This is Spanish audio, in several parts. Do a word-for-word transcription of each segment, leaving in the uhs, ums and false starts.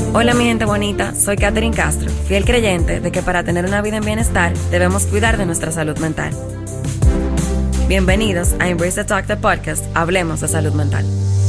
Hola mi gente bonita, soy Katherine Castro, fiel creyente de que para tener una vida en bienestar debemos cuidar de nuestra salud mental. Bienvenidos a Embrace the Talk, the podcast, Hablemos de Salud Mental.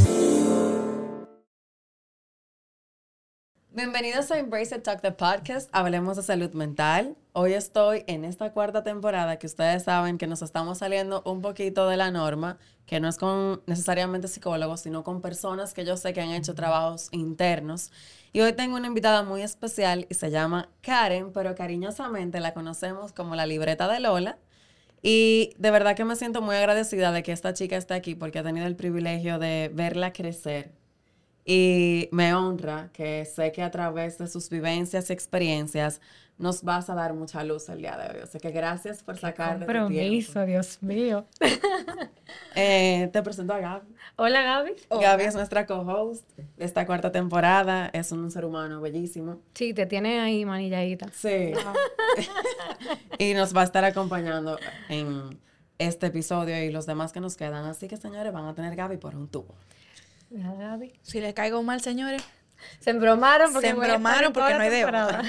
Bienvenidos a Embrace the Talk, the podcast, Hablemos de Salud Mental. Hoy estoy en esta cuarta temporada que ustedes saben que nos estamos saliendo un poquito de la norma, que no es con necesariamente psicólogos, sino con personas que yo sé que han hecho trabajos internos. Y hoy tengo una invitada muy especial y se llama Karen, pero cariñosamente la conocemos como la libreta de Lola. Y de verdad que me siento muy agradecida de que esta chica esté aquí porque he tenido el privilegio de verla crecer. Y me honra que sé que a través de sus vivencias y experiencias nos vas a dar mucha luz el día de hoy. Así que gracias por sacar de tu tiempo. Compromiso, Dios mío. Eh, te presento a Gaby. Hola, Gaby. Gaby es nuestra co-host de esta cuarta temporada. Es un ser humano bellísimo. Sí, te tiene ahí manilladita. Sí. Y nos va a estar acompañando en este episodio y los demás que nos quedan. Así que, señores, van a tener Gaby por un tubo. Ya, Gaby. Si les caigo mal, señores. Se embromaron porque, Se embromaron porque no hay de otra.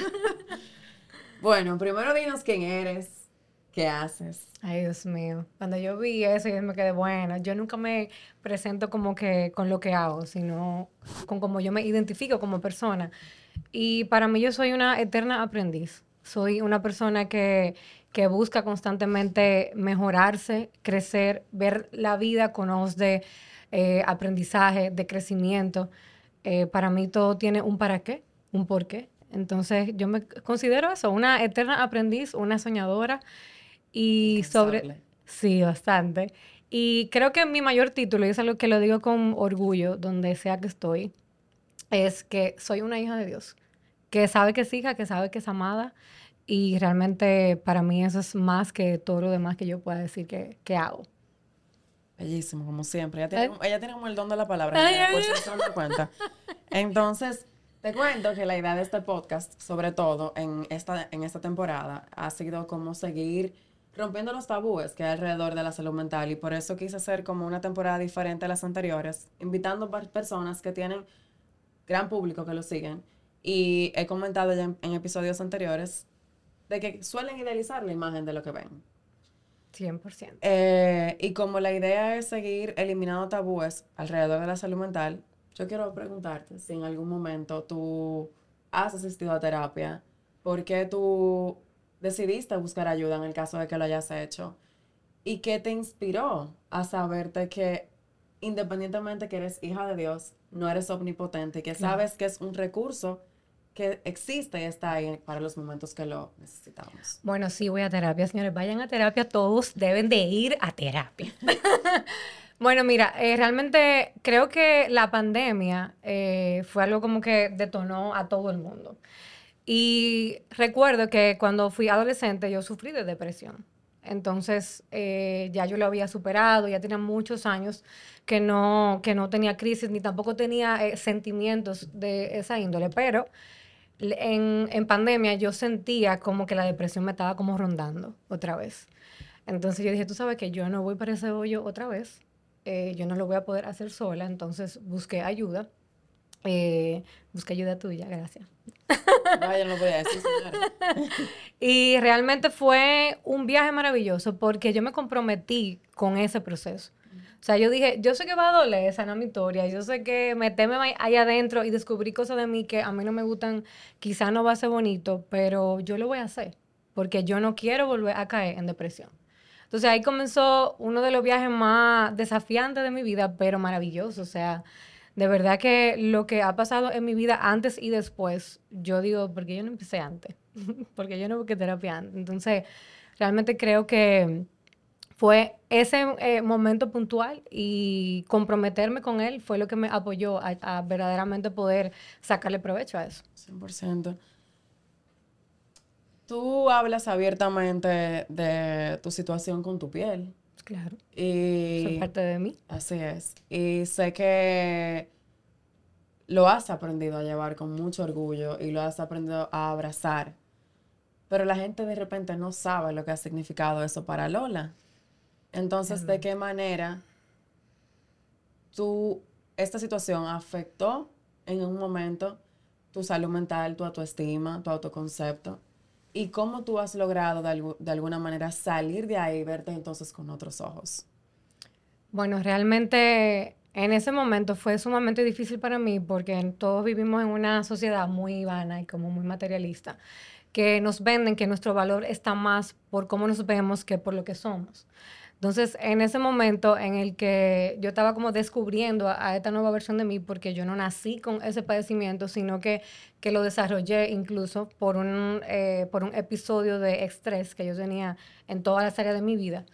Bueno, primero dinos quién eres, qué haces. Ay, Dios mío. Cuando yo vi eso, yo me quedé buena. Yo nunca me presento como que con lo que hago, sino con cómo yo me identifico como persona. Y para mí yo soy una eterna aprendiz. Soy una persona que, que busca constantemente mejorarse, crecer, ver la vida con ojos de eh, aprendizaje, de crecimiento. Eh, para mí todo tiene un para qué, un por qué. Entonces yo me considero eso, una eterna aprendiz, una soñadora. Y sobre... Sí, bastante. Y creo que mi mayor título, y es algo que lo digo con orgullo, donde sea que estoy, es que soy una hija de Dios, que sabe que es hija, que sabe que es amada, y realmente para mí eso es más que todo lo demás que yo pueda decir que, que hago. Bellísimo, como siempre. Ella tiene, ¿Eh? ella tiene como el don de la palabra, Ay, ella, ay, por ay. si no se dan cuenta. Entonces, te cuento que la idea de este podcast, sobre todo en esta, en esta temporada, ha sido como seguir rompiendo los tabúes que hay alrededor de la salud mental, y por eso quise hacer como una temporada diferente a las anteriores, invitando a personas que tienen gran público que lo siguen, y he comentado ya en, en episodios anteriores de que suelen idealizar la imagen de lo que ven. cien por ciento. Eh, y como la idea es seguir eliminando tabúes alrededor de la salud mental, yo quiero preguntarte si en algún momento tú has asistido a terapia, ¿por qué tú decidiste buscar ayuda en el caso de que lo hayas hecho? ¿Y qué te inspiró a saberte que independientemente que eres hija de Dios, no eres omnipotente y que Claro. sabes que es un recurso que existe y está ahí para los momentos que lo necesitamos? Bueno, sí, voy a terapia, señores. Vayan a terapia, todos deben de ir a terapia. Bueno, mira, eh, realmente creo que la pandemia eh, fue algo como que detonó a todo el mundo. Y recuerdo que cuando fui adolescente yo sufrí de depresión. Entonces eh, ya yo lo había superado, ya tenía muchos años que no, que no tenía crisis ni tampoco tenía eh, sentimientos de esa índole, pero en, en pandemia yo sentía como que la depresión me estaba como rondando otra vez. Entonces yo dije, tú sabes que yo no voy para ese hoyo otra vez, eh, yo no lo voy a poder hacer sola, entonces busqué ayuda, eh, busqué ayuda tuya, gracias. No, yo no lo voy a decir, señora. Y realmente fue un viaje maravilloso porque yo me comprometí con ese proceso. O sea, yo dije, yo sé que va a doler sanar mi historia, yo sé que meterme ahí- ahí adentro y descubrir cosas de mí que a mí no me gustan, quizás no va a ser bonito, pero yo lo voy a hacer porque yo no quiero volver a caer en depresión. Entonces ahí comenzó uno de los viajes más desafiantes de mi vida, pero maravilloso. O sea, de verdad que lo que ha pasado en mi vida antes y después, yo digo, ¿por qué yo no empecé antes? Porque yo no busqué terapia antes. Entonces, realmente creo que fue ese eh, momento puntual y comprometerme con él fue lo que me apoyó a, a verdaderamente poder sacarle provecho a eso. cien por ciento. Tú hablas abiertamente de tu situación con tu piel. Claro, Y soy parte de mí. así es. Y sé que lo has aprendido a llevar con mucho orgullo y lo has aprendido a abrazar. Pero la gente de repente no sabe lo que ha significado eso para Lola. Entonces, ¿de qué manera tú, esta situación afectó en un momento tu salud mental, tu autoestima, tu autoconcepto. ¿Y cómo tú has logrado de, algu- de alguna manera salir de ahí y verte entonces con otros ojos? Bueno, realmente en ese momento fue sumamente difícil para mí porque todos vivimos en una sociedad muy vana y como muy materialista, que nos venden que nuestro valor está más por cómo nos vemos que por lo que somos. Entonces, en ese momento en el que yo estaba como descubriendo a, a esta nueva versión de mí, porque yo no nací con ese padecimiento, sino que, que lo desarrollé incluso por un, eh, por un episodio de estrés que yo tenía en todas las áreas de mi vida.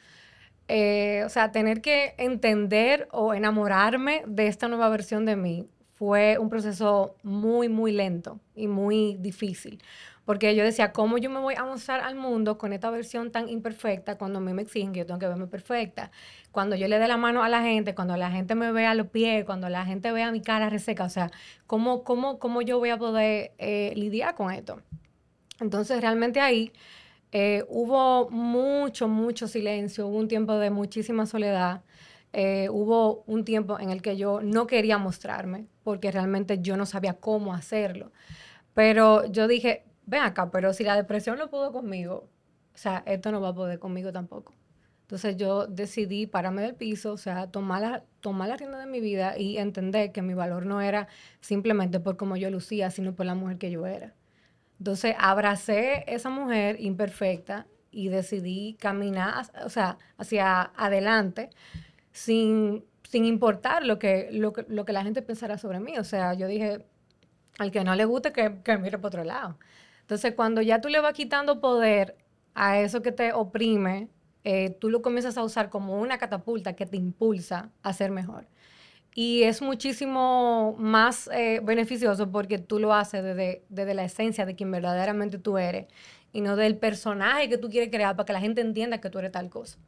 Eh, o sea, tener que entender o enamorarme de esta nueva versión de mí fue un proceso muy, muy lento y muy difícil. Porque yo decía, ¿cómo yo me voy a mostrar al mundo con esta versión tan imperfecta cuando a mí me exigen que yo tengo que verme perfecta? Cuando yo le dé la mano a la gente, cuando la gente me vea los pies, cuando la gente vea mi cara reseca. O sea, ¿cómo, cómo, cómo yo voy a poder eh, lidiar con esto? Entonces, realmente ahí eh, hubo mucho, mucho silencio, hubo un tiempo de muchísima soledad, eh, hubo un tiempo en el que yo no quería mostrarme porque realmente yo no sabía cómo hacerlo. Pero yo dije, ven acá, pero si la depresión no pudo conmigo, o sea, esto no va a poder conmigo tampoco. Entonces yo decidí pararme del piso, o sea, tomar la, tomar la rienda de mi vida y entender que mi valor no era simplemente por cómo yo lucía, sino por la mujer que yo era. Entonces abracé esa mujer imperfecta y decidí caminar, o sea, hacia adelante sin, sin importar lo que, lo, que, lo que la gente pensara sobre mí. O sea, yo dije, al que no le guste, que, que mire por otro lado. Entonces, cuando ya tú le vas quitando poder a eso que te oprime, eh, tú lo comienzas a usar como una catapulta que te impulsa a ser mejor. Y es muchísimo más eh, beneficioso porque tú lo haces desde, desde la esencia de quien verdaderamente tú eres y no del personaje que tú quieres crear para que la gente entienda que tú eres tal cosa.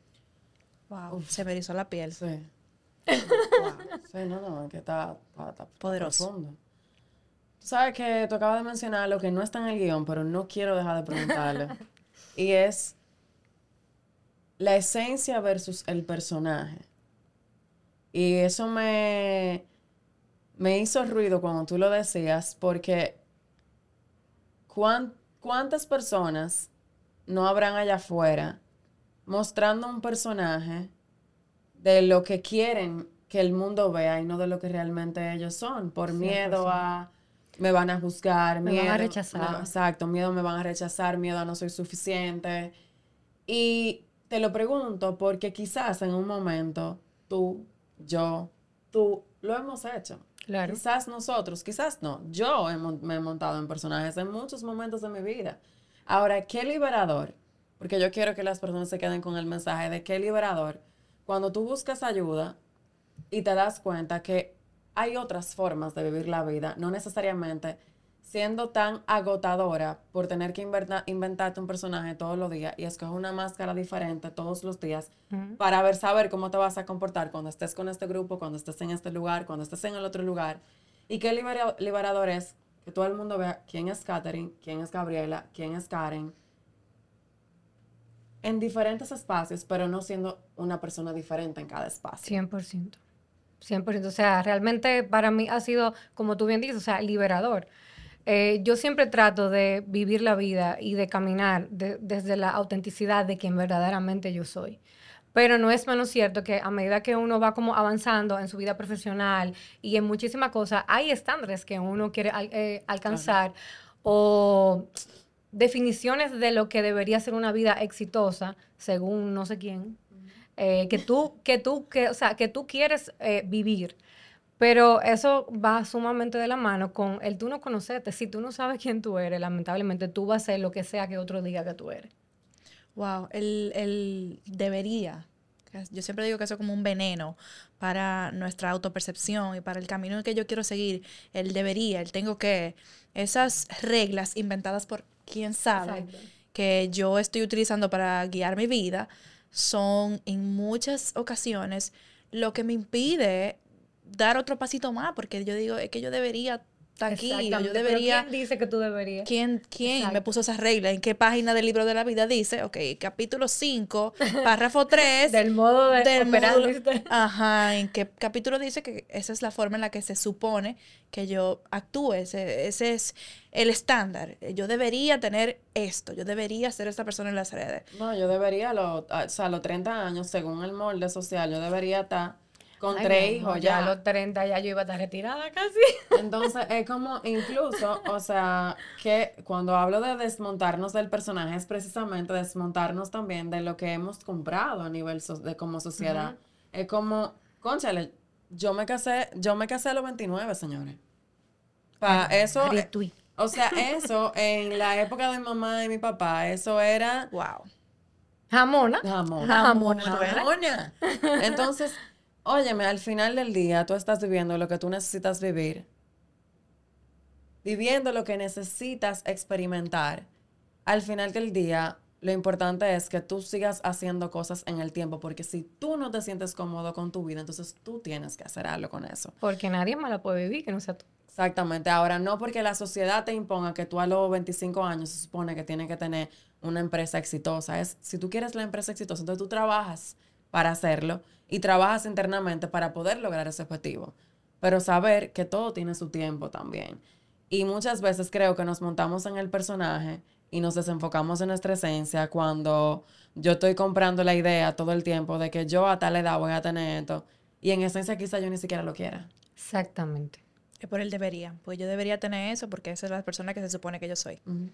Wow, Uf. Se me erizó la piel. Sí. Wow. Sí, no, no, que está, está, está poderoso. Profundo. Tú sabes que tú acabas de mencionar lo que no está en el guión, pero no quiero dejar de preguntarle. Y es la esencia versus el personaje. Y eso me, me hizo ruido cuando tú lo decías, porque ¿cuán, ¿cuántas personas no habrán allá afuera mostrando un personaje de lo que quieren que el mundo vea y no de lo que realmente ellos son? Por cien por ciento. Miedo a me van a juzgar, me miedo van a rechazar. Me, exacto, miedo me van a rechazar, miedo a no soy suficiente. Y te lo pregunto porque quizás en un momento tú, yo, tú lo hemos hecho. Claro. Quizás nosotros, quizás no. Yo he, me he montado en personajes en muchos momentos de mi vida. Ahora, qué liberador, porque yo quiero que las personas se queden con el mensaje de qué liberador cuando tú buscas ayuda y te das cuenta que hay otras formas de vivir la vida, no necesariamente siendo tan agotadora por tener que inverta, inventarte un personaje todos los días y escoger una máscara diferente todos los días uh-huh. para ver, saber cómo te vas a comportar cuando estés con este grupo, cuando estés en este lugar, cuando estés en el otro lugar. Y qué libera, liberador es que todo el mundo vea quién es Katherine, quién es Gabriela, quién es Karen, en diferentes espacios, pero no siendo una persona diferente en cada espacio. cien por ciento. cien por ciento. O sea, realmente para mí ha sido, como tú bien dices, o sea, liberador. Eh, yo siempre trato de vivir la vida y de caminar de, desde la autenticidad de quien verdaderamente yo soy. Pero no es menos cierto que a medida que uno va como avanzando en su vida profesional y en muchísimas cosas, hay estándares que uno quiere eh, alcanzar uh-huh. o definiciones de lo que debería ser una vida exitosa, según no sé quién, uh-huh. eh, que tú, que tú, que, o sea, que tú quieres eh, vivir. Pero eso va sumamente de la mano con el tú no conocerte. Si tú no sabes quién tú eres, lamentablemente tú vas a ser lo que sea que otro diga que tú eres. Wow, el, el debería. Yo siempre digo que eso es como un veneno para nuestra autopercepción y para el camino que yo quiero seguir. El debería, el tengo que. Esas reglas inventadas por quién sabe Exacto. que yo estoy utilizando para guiar mi vida son en muchas ocasiones lo que me impide dar otro pasito más, porque yo digo, es que yo debería está aquí, o yo Exactamente, pero debería... ¿quién dice que tú deberías? ¿Quién, quién me Exacto. puso esas reglas? ¿En qué página del libro de la vida dice? Ok, capítulo cinco, párrafo tres Del modo de del módulo. operandi. Ajá, ¿en qué capítulo dice que esa es la forma en la que se supone que yo actúe? Ese, ese es el estándar. Yo debería tener esto, yo debería ser esta persona en las redes. No, yo debería, lo, a- o sea, a los treinta años, según el molde social, yo debería estar con Ay, mi tres amor, hijos ya a ya. los treinta ya yo iba a estar retirada casi. Entonces, es como incluso, o sea, que cuando hablo de desmontarnos del personaje es precisamente desmontarnos también de lo que hemos comprado a nivel so- de como sociedad. Ujú. Es como, cónchale, yo me casé, yo me casé a los veintinueve, señores. Pa, Ay, eso, eh, Maritui. o sea, eso en la época de mi mamá y mi papá, eso era Wow. Jamona. jamona, Jamón, Jamona. ¿tú ves? jamona. Entonces, óyeme, al final del día tú estás viviendo lo que tú necesitas vivir, viviendo lo que necesitas experimentar. Al final del día, lo importante es que tú sigas haciendo cosas en el tiempo, porque si tú no te sientes cómodo con tu vida, entonces tú tienes que hacer algo con eso. Porque nadie más la puede vivir que no sea tú. Exactamente. Ahora, no porque la sociedad te imponga que tú a los veinticinco años se supone que tienes que tener una empresa exitosa. Es, si tú quieres la empresa exitosa, entonces tú trabajas para hacerlo y trabajas internamente para poder lograr ese objetivo. Pero saber que todo tiene su tiempo también. Y muchas veces creo que nos montamos en el personaje y nos desenfocamos en nuestra esencia cuando yo estoy comprando la idea todo el tiempo de que yo a tal edad voy a tener esto y en esencia quizá yo ni siquiera lo quiera. Exactamente. Es por el debería. Pues yo debería tener eso porque esa es la persona que se supone que yo soy. Ujú.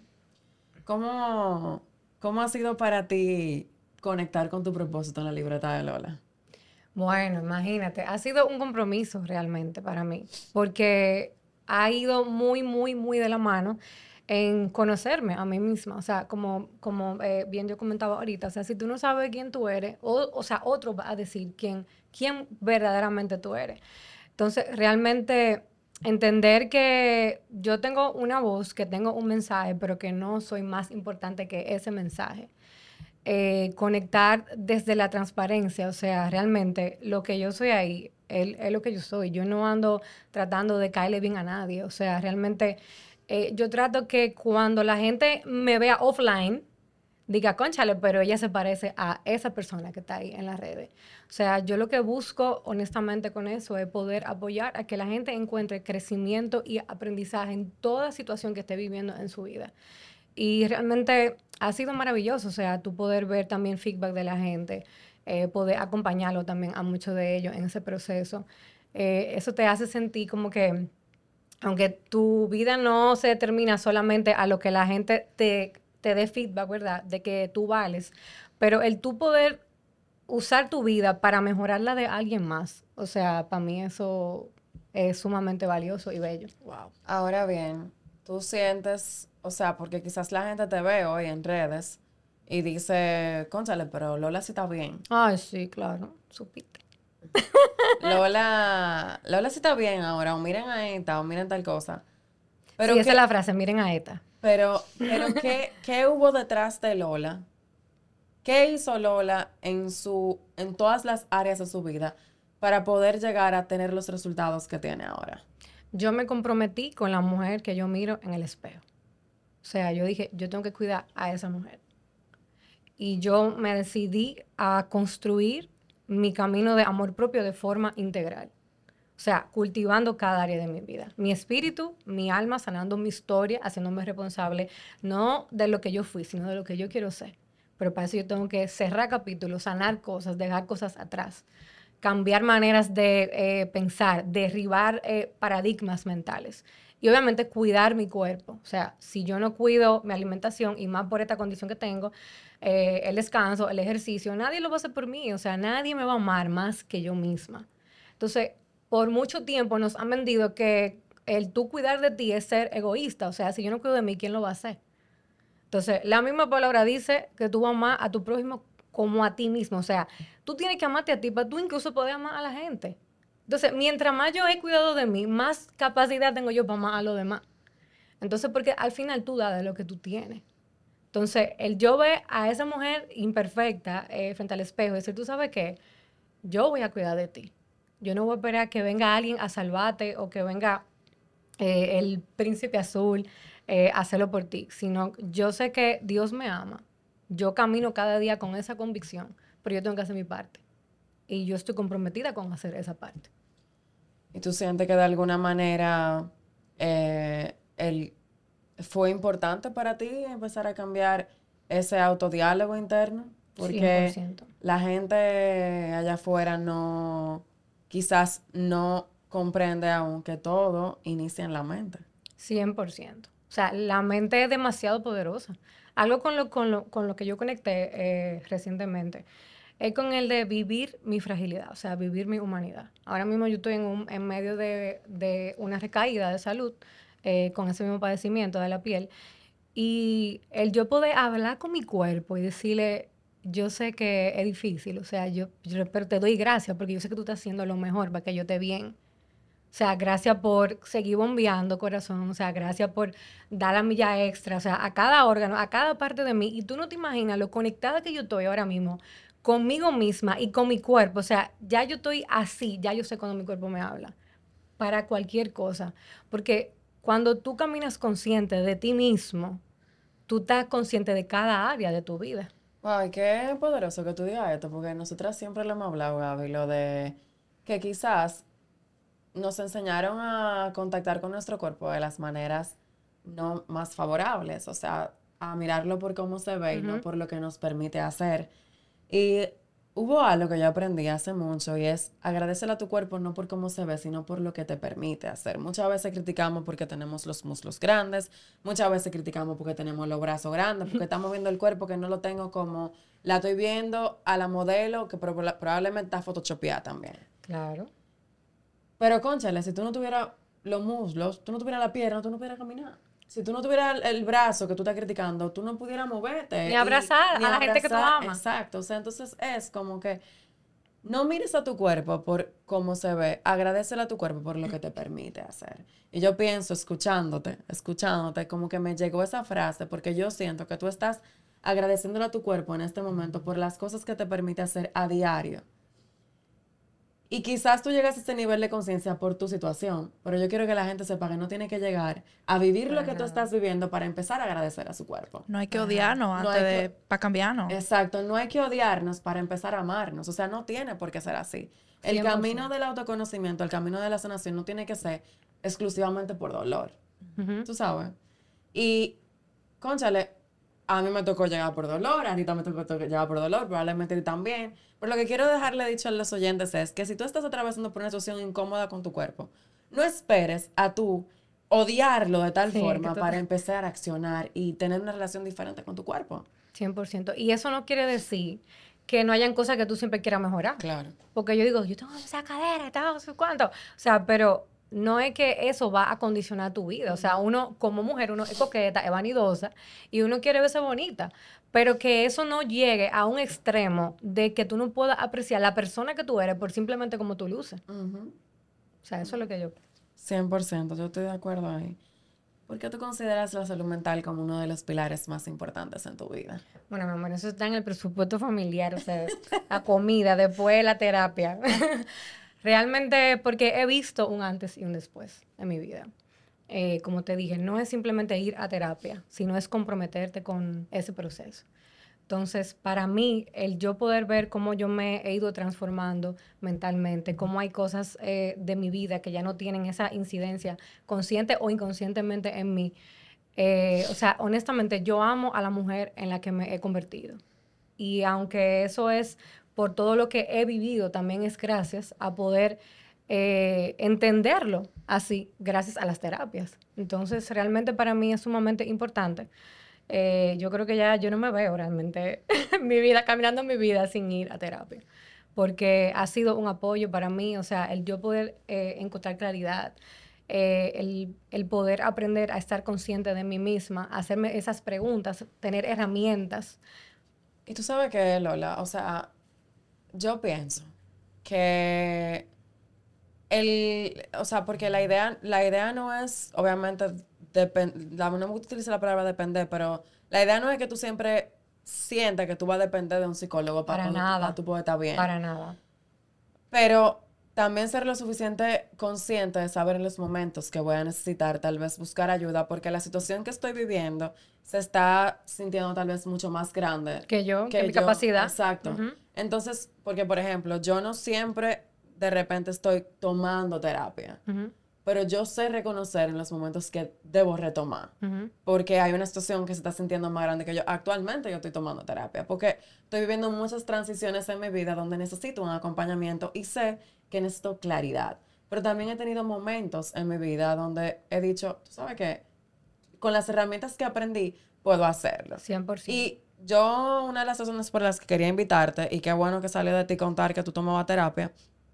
¿Cómo, cómo ha sido para ti conectar con tu propósito en la libreta de Lola? Bueno, imagínate, ha sido un compromiso realmente para mí, porque ha ido muy, muy, muy de la mano en conocerme a mí misma. O sea, como, como eh, bien yo comentaba ahorita, o sea, si tú no sabes quién tú eres, o, o sea, otro va a decir quién, quién verdaderamente tú eres. Entonces, realmente entender que yo tengo una voz, que tengo un mensaje, pero que no soy más importante que ese mensaje. Eh, conectar desde la transparencia, o sea, realmente lo que yo soy ahí es, es lo que yo soy. Yo no ando tratando de caerle bien a nadie, o sea, realmente eh, yo trato que cuando la gente me vea offline, diga, cónchale, pero ella se parece a esa persona que está ahí en las redes. O sea, yo lo que busco honestamente con eso es poder apoyar a que la gente encuentre crecimiento y aprendizaje en toda situación que esté viviendo en su vida. Y realmente ha sido maravilloso, o sea, tú poder ver también feedback de la gente, eh, poder acompañarlo también a muchos de ellos en ese proceso. Eh, eso te hace sentir como que, aunque tu vida no se determina solamente a lo que la gente te, te dé feedback, ¿verdad? De que tú vales, pero el tú poder usar tu vida para mejorar la de alguien más, o sea, para mí eso es sumamente valioso y bello. Wow. Ahora bien, tú sientes, o sea, porque quizás la gente te ve hoy en redes y dice, cónchale, pero Lola sí está bien. Ay, sí, claro, supiste. Lola, Lola sí está bien ahora, o miren a esta, o miren tal cosa. Pero Sí, esa es qué, la frase, miren a esta. pero, pero ¿qué, qué hubo detrás de Lola? ¿Qué hizo Lola en su, en todas las áreas de su vida para poder llegar a tener los resultados que tiene ahora? Yo me comprometí con la mujer que yo miro en el espejo. O sea, yo dije, yo tengo que cuidar a esa mujer. Y yo me decidí a construir mi camino de amor propio de forma integral. O sea, cultivando cada área de mi vida. Mi espíritu, mi alma, sanando mi historia, haciéndome responsable, no de lo que yo fui, sino de lo que yo quiero ser. Pero para eso yo tengo que cerrar capítulos, sanar cosas, dejar cosas atrás, cambiar maneras de eh, pensar, derribar eh, paradigmas mentales. Y obviamente cuidar mi cuerpo. O sea, si yo no cuido mi alimentación, y más por esta condición que tengo, eh, el descanso, el ejercicio, nadie lo va a hacer por mí. O sea, nadie me va a amar más que yo misma. Entonces, por mucho tiempo nos han vendido que el tú cuidar de ti es ser egoísta. O sea, si yo no cuido de mí, ¿quién lo va a hacer? Entonces, la misma palabra dice que tú amas a tu prójimo como a ti mismo. O sea, tú tienes que amarte a ti para tú incluso poder amar a la gente. Entonces, mientras más yo he cuidado de mí, más capacidad tengo yo para amar a los demás. Entonces, porque al final tú das de lo que tú tienes. Entonces, el yo ver a esa mujer imperfecta eh, frente al espejo y decir, ¿tú sabes qué? Yo voy a cuidar de ti. Yo no voy a esperar que venga alguien a salvarte o que venga eh, el príncipe azul, eh, hacerlo por ti, sino yo sé que Dios me ama. Yo camino cada día con esa convicción, pero yo tengo que hacer mi parte. Y yo estoy comprometida con hacer esa parte. ¿Y tú sientes que de alguna manera eh, el, fue importante para ti empezar a cambiar ese autodiálogo interno? Porque cien por ciento. la gente allá afuera no, quizás no comprende aún que todo inicia en la mente. cien por ciento. O sea, la mente es demasiado poderosa. Algo con lo, con lo, con lo que yo conecté eh, recientemente es con el de vivir mi fragilidad, o sea, vivir mi humanidad. Ahora mismo yo estoy en, un, en medio de, de una recaída de salud eh, con ese mismo padecimiento de la piel. Y el yo poder hablar con mi cuerpo y decirle, yo sé que es difícil, o sea, yo, yo pero te doy gracias porque yo sé que tú estás haciendo lo mejor para que yo esté bien. O sea, gracias por seguir bombeando, corazón. O sea, gracias por dar la milla extra. O sea, a cada órgano, a cada parte de mí. Y tú no te imaginas lo conectada que yo estoy ahora mismo conmigo misma y con mi cuerpo. O sea, ya yo estoy así. Ya yo sé cuando mi cuerpo me habla. Para cualquier cosa. Porque cuando tú caminas consciente de ti mismo, tú estás consciente de cada área de tu vida. Ay, qué poderoso que tú digas esto, porque nosotras siempre lo hemos hablado, Gaby, lo de que quizás nos enseñaron a contactar con nuestro cuerpo de las maneras no más favorables, o sea, a mirarlo por cómo se ve y no Ujú. por lo que nos permite hacer. Y hubo algo que yo aprendí hace mucho y es agradecerle a tu cuerpo no por cómo se ve, sino por lo que te permite hacer. Muchas veces criticamos porque tenemos los muslos grandes, muchas veces criticamos porque tenemos los brazos grandes, porque estamos viendo el cuerpo que no lo tengo como la estoy viendo a la modelo que proba- probablemente está photoshopeada también. Claro. Pero, cónchale, si tú no tuvieras los muslos, tú no tuvieras la pierna, tú no pudieras caminar. Si tú no tuvieras el, el brazo que tú estás criticando, tú no pudieras moverte. Ni y- abrazar ni a la gente que tú abrazar. amas. Exacto. O sea, entonces es como que no mires a tu cuerpo por cómo se ve. Agradecele a tu cuerpo por lo que te permite hacer. Y yo pienso, escuchándote, escuchándote, como que me llegó esa frase porque yo siento que tú estás agradeciéndole a tu cuerpo en este momento por las cosas que te permite hacer a diario. Y quizás tú llegas a ese nivel de conciencia por tu situación, pero yo quiero que la gente sepa que no tiene que llegar a vivir Para lo que tú nada. estás viviendo para empezar a agradecer a su cuerpo. No hay que Ajá. odiarnos No antes hay de... que- para cambiarnos. Exacto, no hay que odiarnos para empezar a amarnos, o sea, no tiene por qué ser así. El cien por camino ciento. del autoconocimiento, el camino de la sanación no tiene que ser exclusivamente por dolor, Ujú. tú sabes. Y, cónchale, a mí me tocó llegar por dolor, a Anita me tocó to- llegar por dolor, probablemente a ti también. Pero lo que quiero dejarle dicho a los oyentes es que si tú estás atravesando por una situación incómoda con tu cuerpo, no esperes a tú odiarlo de tal Sí, que forma tú para te- empezar a accionar y tener una relación diferente con tu cuerpo. cien por ciento. Y eso no quiere decir que no hayan cosas que tú siempre quieras mejorar. Claro. Porque yo digo, yo tengo esa cadera, tengo no sé cuánto. O sea, pero no es que eso va a condicionar tu vida. O sea, uno como mujer, uno es coqueta, es vanidosa y uno quiere verse bonita. Pero que eso no llegue a un extremo de que tú no puedas apreciar la persona que tú eres por simplemente como tú luces. Ujú. O sea, eso es lo que yo... cien por ciento, yo estoy de acuerdo ahí. ¿Por qué tú consideras la salud mental como uno de los pilares más importantes en tu vida? Bueno, mi amor, eso está en el presupuesto familiar, o sea, la comida, después la terapia. Realmente, porque he visto un antes y un después en mi vida. Eh, como te dije, no es simplemente ir a terapia, sino es comprometerte con ese proceso. Entonces, para mí, el yo poder ver cómo yo me he ido transformando mentalmente, cómo hay cosas eh, de mi vida que ya no tienen esa incidencia consciente o inconscientemente en mí. Eh, o sea, honestamente, yo amo a la mujer en la que me he convertido. Y aunque eso es por todo lo que he vivido, también es gracias a poder eh, entenderlo así, gracias a las terapias. Entonces, realmente para mí es sumamente importante. Eh, yo creo que ya yo no me veo realmente mi vida, caminando mi vida sin ir a terapia, porque ha sido un apoyo para mí, o sea, el yo poder eh, encontrar claridad, eh, el, el poder aprender a estar consciente de mí misma, hacerme esas preguntas, tener herramientas. Y tú sabes que, Lola, o sea, yo pienso que el, o sea, porque la idea, la idea no es, obviamente, depen- la, no me gusta utilizar la palabra depender, pero la idea no es que tú siempre sientas que tú vas a depender de un psicólogo para Para cuando tú, nada. para tú poder estar bien. Para nada. Pero también ser lo suficiente consciente de saber en los momentos que voy a necesitar tal vez buscar ayuda, porque la situación que estoy viviendo se está sintiendo tal vez mucho más grande. Que yo, que, que mi capacidad. Exacto. Uh-huh. Entonces, porque por ejemplo, yo no siempre de repente estoy tomando terapia, uh-huh. pero yo sé reconocer en los momentos que debo retomar, uh-huh. porque hay una situación que se está sintiendo más grande que yo. Actualmente yo estoy tomando terapia, porque estoy viviendo muchas transiciones en mi vida donde necesito un acompañamiento y sé que necesito claridad. Pero también he tenido momentos en mi vida donde he dicho, tú sabes qué, con las herramientas que aprendí, puedo hacerlo. cien por ciento. Y yo, una de las razones por las que quería invitarte, y qué bueno que salió de ti contar que tú tomabas terapia,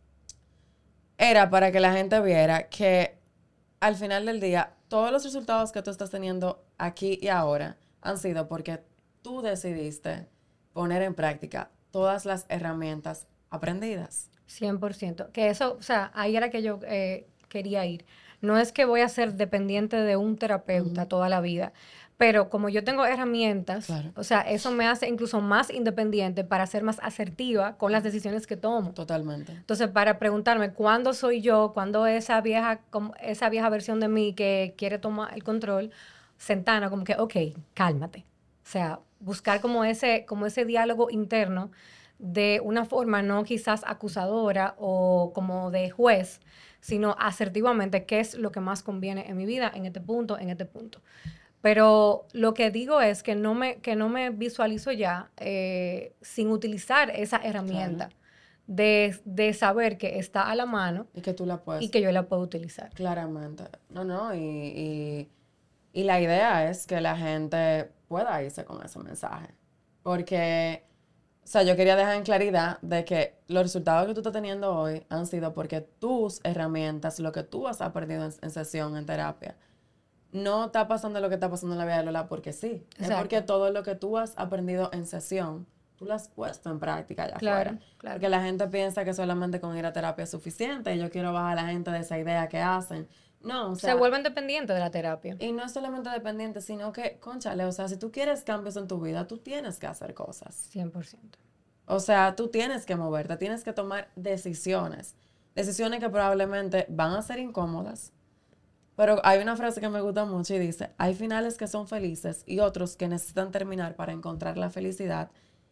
era para que la gente viera que al final del día, todos los resultados que tú estás teniendo aquí y ahora han sido porque tú decidiste poner en práctica todas las herramientas aprendidas. cien por ciento. Que eso, o sea, ahí era que yo eh, quería ir. No es que voy a ser dependiente de un terapeuta uh-huh. toda la vida, pero como yo tengo herramientas, claro. o sea, eso me hace incluso más independiente para ser más asertiva con las decisiones que tomo. Totalmente. Entonces, para preguntarme cuándo soy yo, cuándo esa vieja, esa vieja versión de mí que quiere tomar el control, sentada, como que, ok, cálmate. O sea, buscar como ese, como ese diálogo interno de una forma no quizás acusadora o como de juez, sino asertivamente qué es lo que más conviene en mi vida, en este punto, en este punto. Pero lo que digo es que no me, que no me visualizo ya eh, sin utilizar esa herramienta claro. de, de saber que está a la mano y que tú la puedes. Y que yo la puedo utilizar. Claramente. No, no, y, y, y la idea es que la gente pueda irse con ese mensaje. Porque, o sea, yo quería dejar en claridad de que los resultados que tú estás teniendo hoy han sido porque tus herramientas, lo que tú has aprendido en, en sesión, en terapia, no está pasando lo que está pasando en la vida de Lola porque sí. Exacto. Es porque todo lo que tú has aprendido en sesión, tú lo has puesto en práctica allá claro, afuera. Claro. Porque la gente piensa que solamente con ir a terapia es suficiente y yo quiero bajar a la gente de esa idea que hacen. No, o sea... Se vuelven dependientes de la terapia. Y no es solamente dependientes, sino que, cónchale, o sea, si tú quieres cambios en tu vida, tú tienes que hacer cosas. cien por ciento. O sea, tú tienes que moverte, tienes que tomar decisiones. Decisiones que probablemente van a ser incómodas. Pero hay una frase que me gusta mucho y dice, hay finales que son felices y otros que necesitan terminar para encontrar la felicidad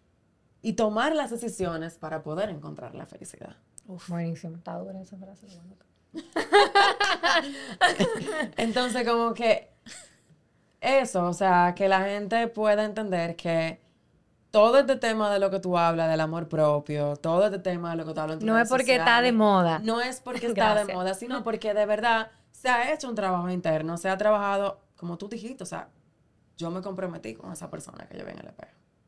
y tomar las decisiones para poder encontrar la felicidad. Uf, buenísimo. Está dura esa frase. Entonces, como que eso, o sea, que la gente pueda entender que todo este tema de lo que tú hablas, del amor propio, todo este tema de lo que tú hablas en tus no es porque sociales, está de moda. No es porque está de moda, sino porque de verdad se ha hecho un trabajo interno, se ha trabajado, como tú dijiste, o sea, yo me comprometí con esa persona que yo vi en el espejo.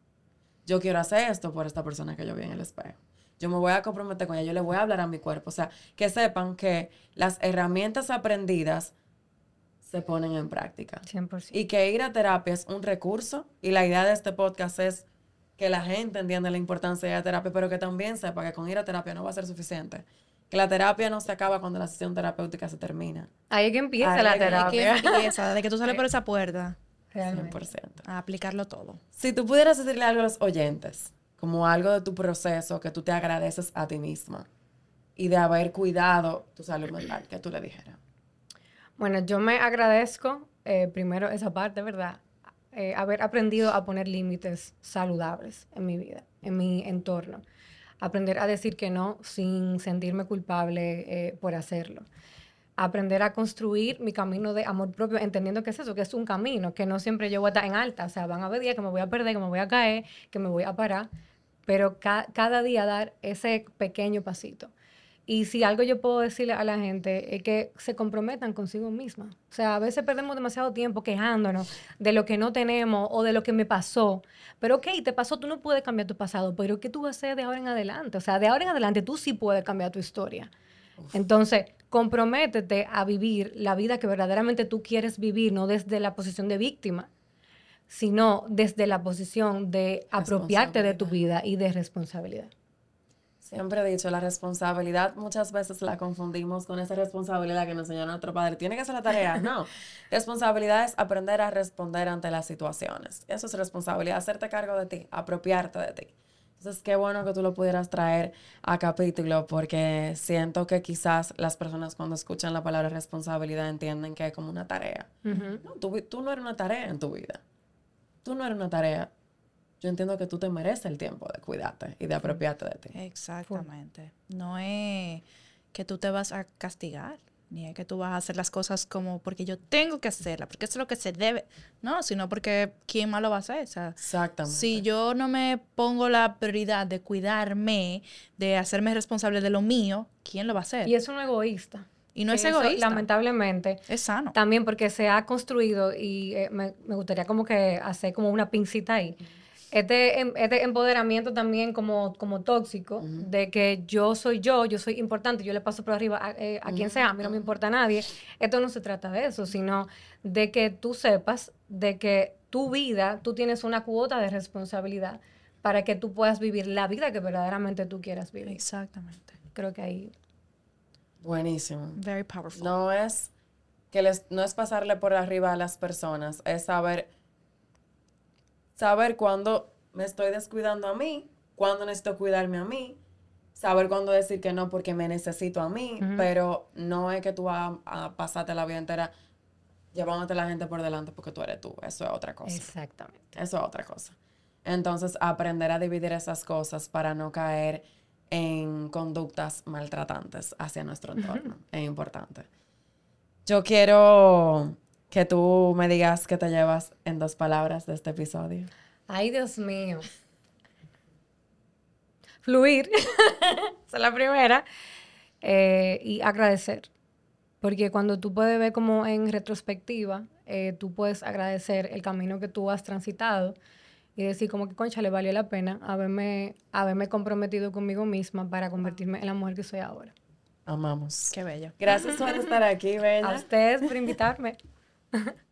Yo quiero hacer esto por esta persona que yo vi en el espejo. Yo me voy a comprometer con ella, yo le voy a hablar a mi cuerpo. O sea, que sepan que las herramientas aprendidas se ponen en práctica. cien por ciento. Y que ir a terapia es un recurso y la idea de este podcast es que la gente entienda la importancia de ir a terapia, pero que también sepa que con ir a terapia no va a ser suficiente. Que la terapia no se acaba cuando la sesión terapéutica se termina. Ahí es que empieza Ahí la es terapia. Ahí que empieza, de que tú sales por esa puerta. Realmente. cien por ciento. A aplicarlo todo. Si tú pudieras decirle algo a los oyentes, como algo de tu proceso que tú te agradeces a ti misma y de haber cuidado tu salud mental, ¿qué tú le dijeras? Bueno, yo me agradezco, eh, primero esa parte, ¿verdad? Eh, haber aprendido a poner límites saludables en mi vida, en mi entorno. Aprender a decir que no sin sentirme culpable eh, por hacerlo. Aprender a construir mi camino de amor propio, entendiendo que es eso, que es un camino, que no siempre yo voy a estar en alta. O sea, van a haber días que me voy a perder, que me voy a caer, que me voy a parar, pero ca- cada día dar ese pequeño pasito. Y si algo yo puedo decirle a la gente es que se comprometan consigo misma. O sea, a veces perdemos demasiado tiempo quejándonos de lo que no tenemos o de lo que me pasó. Pero ok, te pasó, tú no puedes cambiar tu pasado, pero ¿qué tú vas a hacer de ahora en adelante? O sea, de ahora en adelante tú sí puedes cambiar tu historia. Uf. Entonces, comprométete a vivir la vida que verdaderamente tú quieres vivir, no desde la posición de víctima, sino desde la posición de apropiarte de tu vida y de responsabilidad. Siempre he dicho, la responsabilidad muchas veces la confundimos con esa responsabilidad que nos enseñó nuestro padre. Tiene que hacer la tarea. No. Responsabilidad es aprender a responder ante las situaciones. Eso es responsabilidad, hacerte cargo de ti, apropiarte de ti. Entonces, qué bueno que tú lo pudieras traer a capítulo porque siento que quizás las personas cuando escuchan la palabra responsabilidad entienden que es como una tarea. Ujú. No, tú, tú no eres una tarea en tu vida. Tú no eres una tarea. Yo entiendo que tú te mereces el tiempo de cuidarte y de apropiarte de ti. Exactamente. No es que tú te vas a castigar, ni es que tú vas a hacer las cosas como porque yo tengo que hacerlas, porque eso es lo que se debe. No, sino porque ¿quién más lo va a hacer? O sea, Exactamente. si yo no me pongo la prioridad de cuidarme, de hacerme responsable de lo mío, ¿quién lo va a hacer? Y eso no es egoísta. Y no Que es eso, egoísta. lamentablemente, Es sano. también porque se ha construido y eh, me, me gustaría como que hacer como una pincita ahí. Este, em- este empoderamiento también como, como tóxico, Ujú. de que yo soy yo, yo soy importante, yo le paso por arriba a, eh, a quien sea, a mí no me importa a nadie. Esto no se trata de eso, sino de que tú sepas de que tu vida, tú tienes una cuota de responsabilidad para que tú puedas vivir la vida que verdaderamente tú quieras vivir. Exactamente. Creo que ahí... Buenísimo. Very powerful. No es que les, no es pasarle por arriba a las personas, es saber, saber cuándo me estoy descuidando a mí, cuándo necesito cuidarme a mí, saber cuándo decir que no porque me necesito a mí, Ujú. pero no es que tú vas a, a pasarte la vida entera llevándote a la gente por delante porque tú eres tú, eso es otra cosa. Exactamente. Eso es otra cosa. Entonces, aprender a dividir esas cosas para no caer en conductas maltratantes hacia nuestro entorno es importante. Yo quiero que tú me digas qué te llevas en dos palabras de este episodio. Ay, Dios mío. Fluir, esa es la primera. Eh, y agradecer. Porque cuando tú puedes ver como en retrospectiva, eh, tú puedes agradecer el camino que tú has transitado y decir como que, concha, le valió la pena haberme, haberme comprometido conmigo misma para convertirme en la mujer que soy ahora. Amamos. Qué bello. Gracias por estar aquí, A Bella. ustedes por invitarme.